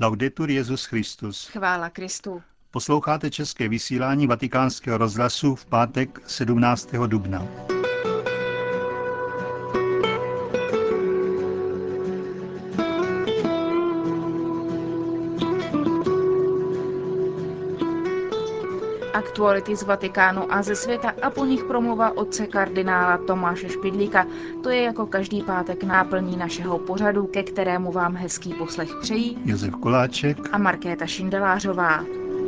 Laudetur Jesus Christus. Chvála Kristu. Posloucháte české vysílání Vatikánského rozhlasu v pátek 17. dubna. Aktuality z Vatikánu a ze světa a po nich promluva otce kardinála Tomáše Špidlíka. To je jako každý pátek náplní našeho pořadu, ke kterému vám hezký poslech přejí Josef Koláček a Markéta Šindelářová.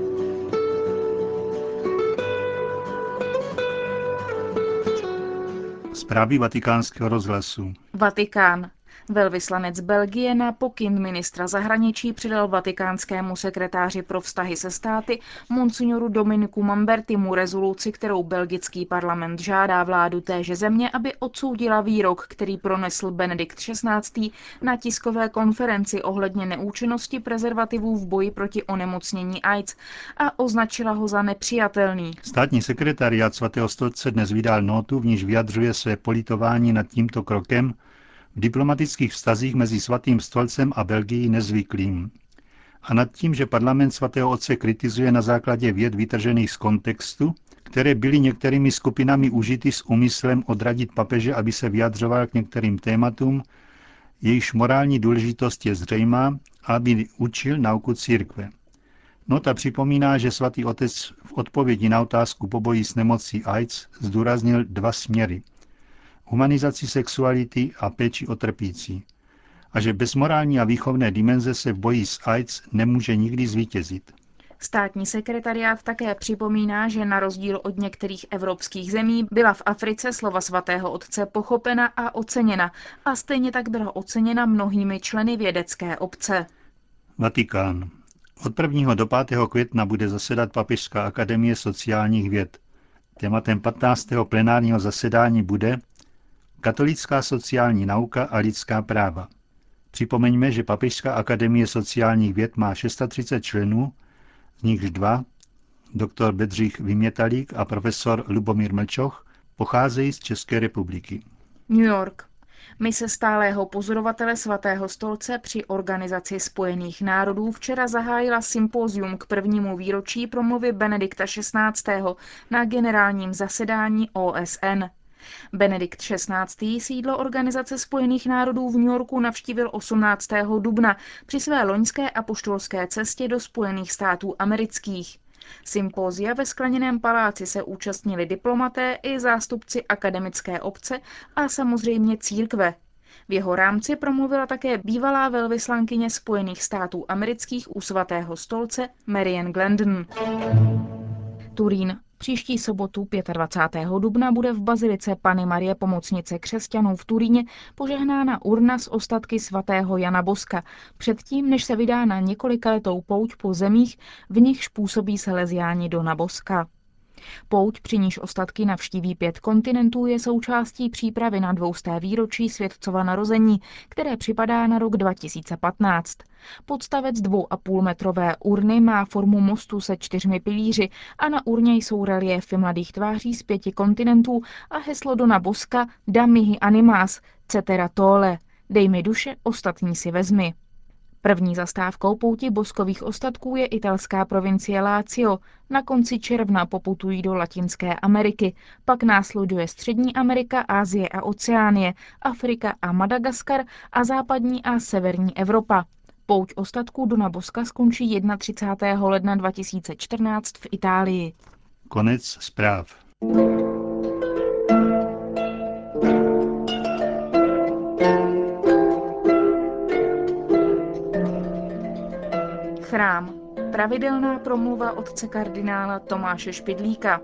Zprávy Vatikánského rozhlasu. Vatikán. Velvyslanec Belgie na pokyn ministra zahraničí předal vatikánskému sekretáři pro vztahy se státy monsignoru Dominiku Mambertimu rezoluci, kterou belgický parlament žádá vládu téže země, aby odsoudila výrok, který pronesl Benedikt XVI. Na tiskové konferenci ohledně neúčinnosti prezervativů v boji proti onemocnění AIDS a označila ho za nepřijatelný. Státní sekretariát svatého stolce dnes vydal nótu, v níž vyjadřuje své politování nad tímto krokem, v diplomatických vztazích mezi svatým stolcem a Belgií nezvyklým. A nad tím, že parlament svatého otce kritizuje na základě vět vytržených z kontextu, které byly některými skupinami užity s úmyslem odradit papeže, aby se vyjadřoval k některým tématům, jejichž morální důležitost je zřejmá, aby učil nauku církve. Nota připomíná, že svatý otec v odpovědi na otázku po boji s nemocí AIDS zdůraznil dva směry. Humanizaci sexuality a péči o trpící. A že bez morální a výchovné dimenze se v boji s AIDS nemůže nikdy zvítězit. Státní sekretariát také připomíná, že na rozdíl od některých evropských zemí byla v Africe slova svatého otce pochopena a oceněna a stejně tak byla oceněna mnohými členy vědecké obce. Vatikán. Od 1. do 5. května bude zasedat Papežská akademie sociálních věd. Tématem 15. plenárního zasedání bude Katolická sociální nauka a lidská práva. Připomeňme, že Papežská akademie sociálních věd má 630 členů, z nichž 2, doktor Bedřich Vymětalík a profesor Lubomír Mlčoch, pocházejí z České republiky. New York. Mise stálého pozorovatele svatého stolce při Organizaci spojených národů včera zahájila sympózium k prvnímu výročí promluvy Benedikta XVI. Na generálním zasedání OSN. Benedikt XVI. Sídlo Organizace spojených národů v New Yorku navštívil 18. dubna při své loňské apoštolské cestě do Spojených států amerických. Sympózia ve Skleněném paláci se účastnili diplomaté i zástupci akademické obce a samozřejmě církve. V jeho rámci promluvila také bývalá velvyslankyně Spojených států amerických u svatého stolce Marian Glendon. Turín. Příští sobotu 25. dubna bude v bazilice Panny Marie Pomocnice křesťanů v Turíně požehnána urna s ostatky svatého Jana Boska, předtím, než se vydá na několikaletou pouť po zemích, v nichž působí Salesiáni Dona Boska. Pouť, při níž ostatky navštíví 5 kontinentů, je součástí přípravy na 200. výročí světcova narození, které připadá na rok 2015. Podstavec 2,5metrové urny má formu mostu se 4 pilíři a na urně jsou reliéfy mladých tváří z 5 kontinentů a heslo Dona Boska Da mihi animas, cetera tole, dej mi duše, ostatní si vezmi. První zastávkou pouti boskových ostatků je italská provincie Lazio. Na konci června poputují do Latinské Ameriky, pak následuje Střední Amerika, Asie a Oceánie, Afrika a Madagaskar a západní a severní Evropa. Pouť ostatků Dona Boska skončí 31. ledna 2014 v Itálii. Konec zpráv. Chrám. Pravidelná promluva otce kardinála Tomáše Špidlíka.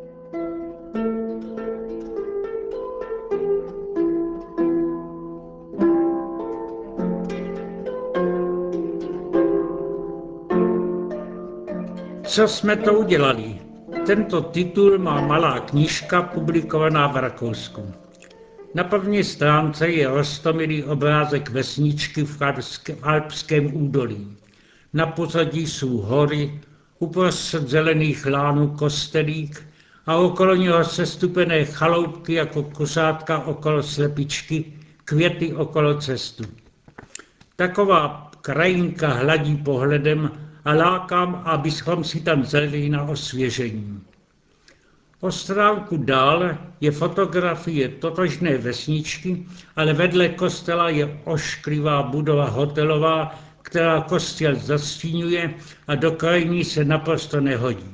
Co jsme to udělali? Tento titul má malá knížka publikovaná v Rakousku. Na první stránce je roztomilý obrázek vesničky v Alpském údolí. Na pozadí jsou hory, uprostřed zelených lánů kostelík a okolo něho sestupené chaloupky jako kuřátka okolo slepičky, květy okolo cestu. Taková Krajinka hladí pohledem a lákám, abychom si tam zalili na osvěžení. O stránku dál je fotografie totožné vesničky, ale vedle kostela je ošklivá budova hotelová, která kostel zastínuje a do krajiny se naprosto nehodí.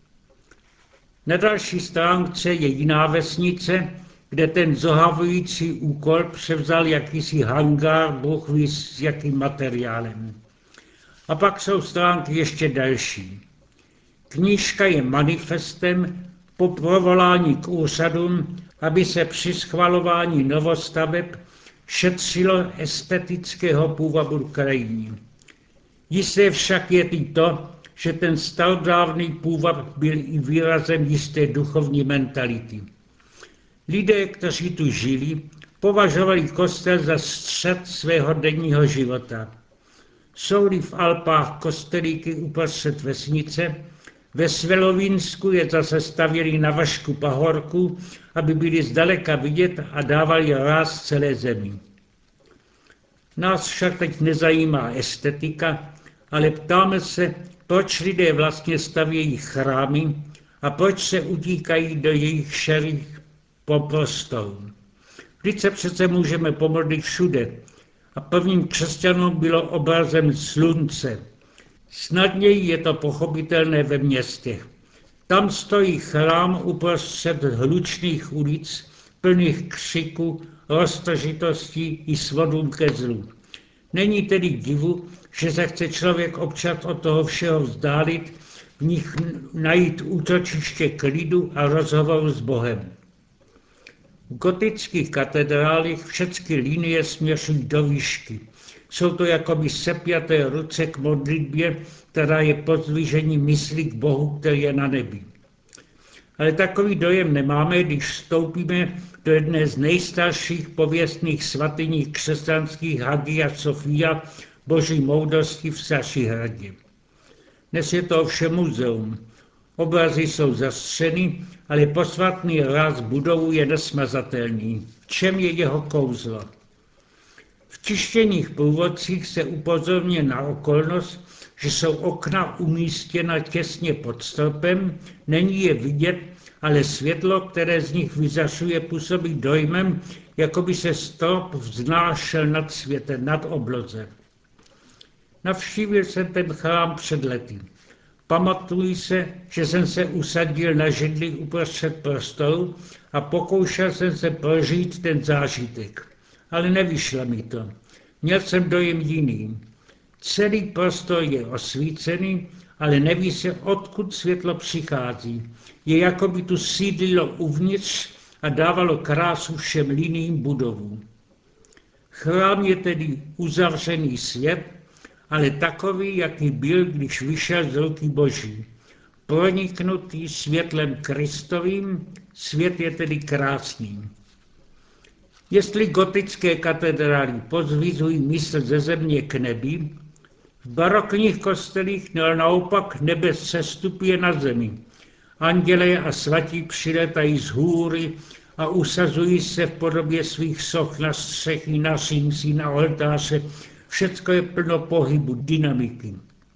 Na další stránce je jiná vesnice, kde ten zohavující úkol převzal jakýsi hangár, bůh ví s jakým materiálem. A pak jsou stránky ještě delší. Knížka je manifestem po provolání k úřadům, aby se při schvalování novostaveb šetřilo estetického původu krajiny. Jisté však je i to, že ten starodávný původ byl i výrazem jisté duchovní mentality. Lidé, kteří tu žili, považovali kostel za střed svého denního života. Jsou-li v Alpách kostelíky uprostřed vesnice, ve Svelovínsku je zase stavěli na vršku pahorku, aby byli zdaleka vidět a dávali ráz celé zemi. Nás však teď nezajímá estetika, ale ptáme se, proč lidé vlastně stavějí chrámy a proč se utíkají do jejich šerých prostorů. Vždyť se přece můžeme pomodlit všude a prvním křesťanům bylo obrazem slunce. Snadněji je to pochopitelné ve městech. Tam stojí chrám uprostřed hlučných ulic, plných křiku, roztržitostí i svodům ke zlu. Není tedy divu, že se chce člověk občas od toho všeho vzdálit, v nich najít útočiště klidu a rozhovoru s Bohem. V gotických katedrálích všechny linie směřují do výšky. Jsou to jakoby sepjaté ruce k modlitbě, která je pozdvižení mysli k Bohu, který je na nebi. Ale takový dojem nemáme, když vstoupíme do jedné z nejstarších pověstných svatyní křesťanských Hagia Sophia, Boží moudrosti v Sašihradě. Dnes je to ovšem muzeum. Obrazy jsou zastřeny, ale posvátný ráz budovu je nesmazatelný. V čem je jeho kouzlo? V tištěných průvodcích se upozorňuje na okolnost, že jsou okna umístěna těsně pod stropem, není je vidět, ale světlo, které z nich vyzařuje, působí dojmem, jako by se strop vznášel nad světem, nad obloze. Navštívil jsem ten chrám před lety. Pamatuji se, že jsem se usadil na židli uprostřed prostoru a pokoušel jsem se prožít ten zážitek. Ale nevyšlo mi to. Měl jsem dojem jiný. Celý prostor je osvícený, ale neví se, odkud světlo přichází. Je jako by tu sídlilo uvnitř a dávalo krásu všem liniím budovů. Chrám je tedy uzavřený svět, ale takový, jaký byl, když vyšel z ruky Boží. Proniknutý světlem Kristovým, svět je tedy krásný. Jestli gotické katedrály pozvizují mysl ze země k nebi, v barokních kostelích naopak nebe sestupuje na zemi. Andělé a svatí přiletají z hůry a usazují se v podobě svých soch na střechy, na římsy, na oltáře. Všecko je plno pohybu, dynamiky.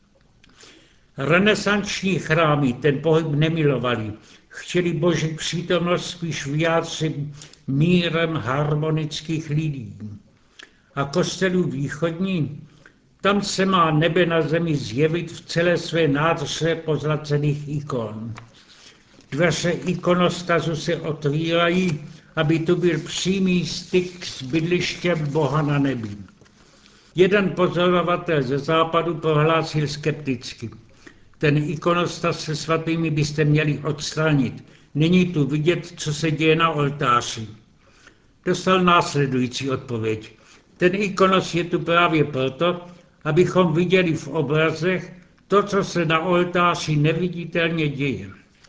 Renesanční chrámy ten pohyb nemilovali. Chtěli Boží přítomnost spíš vyjádřit mírem harmonických lidí. A kostelů východní, tam se má nebe na zemi zjevit v celé své nádhře pozlacených ikon. Dveře ikonostazu se otvírají, aby tu byl přímý styk s bydlištěm Boha na nebi. Jeden pozorovatel ze západu prohlásil skepticky. Ten ikonostas se svatými byste měli odstranit. Není tu vidět, co se děje na oltáři. Dostal následující odpověď. Ten ikonos je tu právě proto, abychom viděli v obrazech to, co se na oltáři neviditelně děje.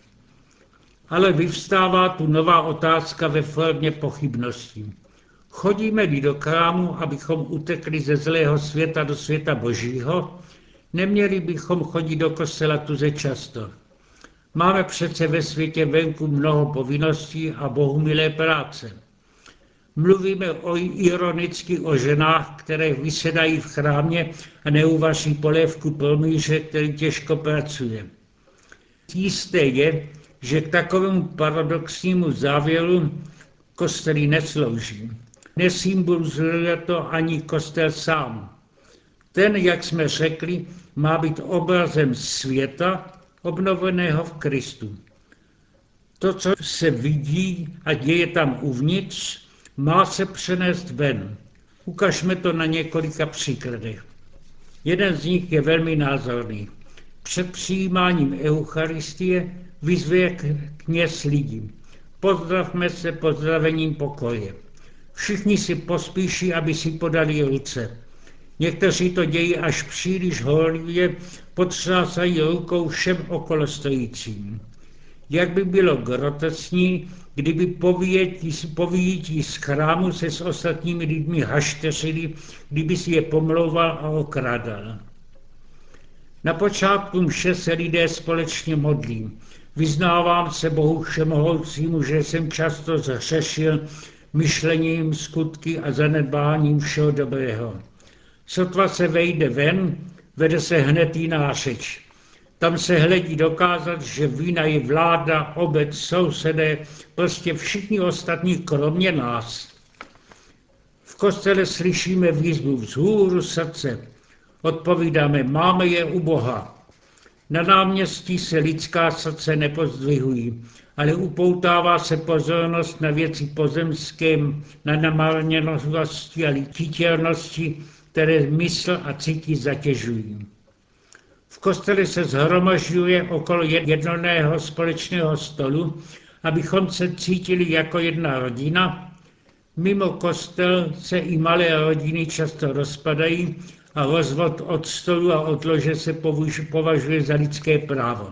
Ale vyvstává tu nová otázka ve formě pochybností. Chodíme-li do chrámu, abychom utekli ze zlého světa do světa Božího, neměli bychom chodit do kostela tuze často. Máme přece ve světě venku mnoho povinností a bohumilé práce. Mluvíme ironicky o ženách, které vysedají v chrámě a neuvaří polévku pro muže, který těžko pracuje. Jisté je, že k takovému paradoxnímu závěru kostely neslouží. Nesymbolizuje to ani kostel sám. Ten, jak jsme řekli, má být obrazem světa obnoveného v Kristu. To, co se vidí a děje tam uvnitř, má se přenést ven. Ukažme to na několika příkladech. Jeden z nich je velmi názorný. Před přijímáním Eucharistie vyzve kněz lidí. Pozdravme se pozdravením pokoje. Všichni si pospíší, aby si podali ruce. Někteří to dějí až příliš horlivě, potřásají rukou všem okolostojícím. Jak by bylo groteskní, kdyby po vyjití z chrámu se s ostatními lidmi hašteřili, kdyby si je pomlouval a okrádal. Na počátku mše se lidé společně modlí. Vyznávám se Bohu všemohoucímu, že jsem často zhřešil myšlením, skutky a zanedbáním všeho dobrého. Sotva se vejde ven, vede se hned jiná řeč. Tam se hledí dokázat, že vina je vláda, obec, sousedé, prostě všichni ostatní kromě nás. V kostele slyšíme výzvu vzhůru srdce. Odpovídáme, máme je u Boha. Na náměstí se lidská srdce nepozdvihují, ale upoutává se pozornost na věci pozemské, na namarněnosti a líčitelnosti, které mysl a cíti zatěžují. V kostele se shromažďuje okolo jednotného společného stolu, abychom se cítili jako jedna rodina. Mimo kostel se i malé rodiny často rozpadají a rozvod od stolu a od lože se považuje za lidské právo.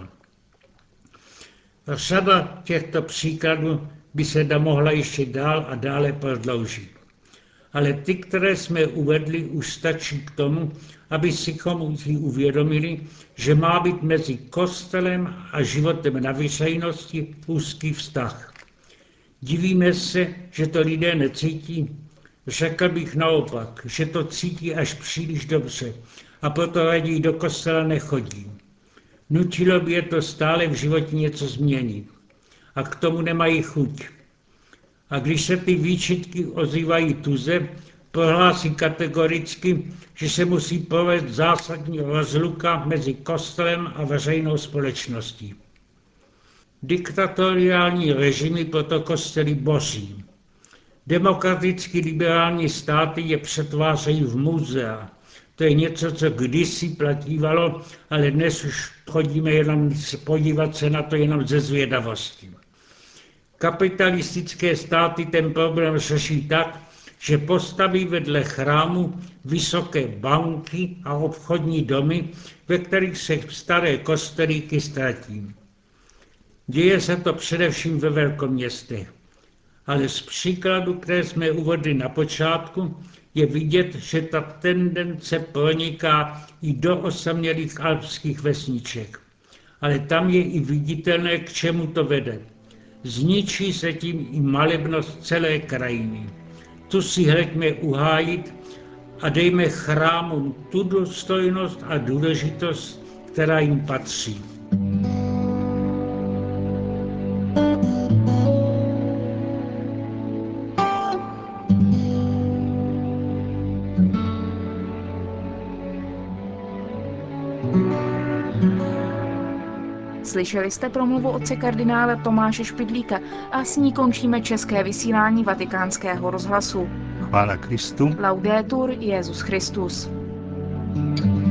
Řada těchto příkladů by se mohla ještě dál a dále prodloužit. Ale ty, které jsme uvedli, už stačí k tomu, aby si si uvědomili, že má být mezi kostelem a životem na veřejnosti úzký vztah. Divíme se, že to lidé necítí. Řekl bych naopak, že to cítí až příliš dobře a proto raději do kostela nechodí. Nutilo by je to stále v životě něco změnit. A k tomu nemají chuť. A když se ty výčitky ozývají tuze, prohlásí kategoricky, že se musí provést zásadní rozluka mezi kostelem a veřejnou společností. Diktatoriální režimy proto kostely boří. Demokraticky liberální státy je přetvářejí v muzea. To je něco, co kdysi platívalo, ale dnes už chodíme jenom podívat se na to jenom ze zvědavosti. Kapitalistické státy ten problém řeší tak, že postaví vedle chrámu vysoké banky a obchodní domy, ve kterých se staré kostelíky ztratí. Děje se to především ve velkoměstech. Ale z příkladu, které jsme uvedli na počátku, je vidět, že ta tendence proniká i do osamělých alpských vesniček. Ale tam je i viditelné, k čemu to vede. Zničí se tím i malebnost celé krajiny. Tu si hleďme uhájit a dejme chrámům tu důstojnost a důležitost, která jim patří. Slyšeli jste promluvu otce kardinála Tomáše Špidlíka a s ní končíme české vysílání Vatikánského rozhlasu. Chvála Kristu. Laudetur Jesus Christus.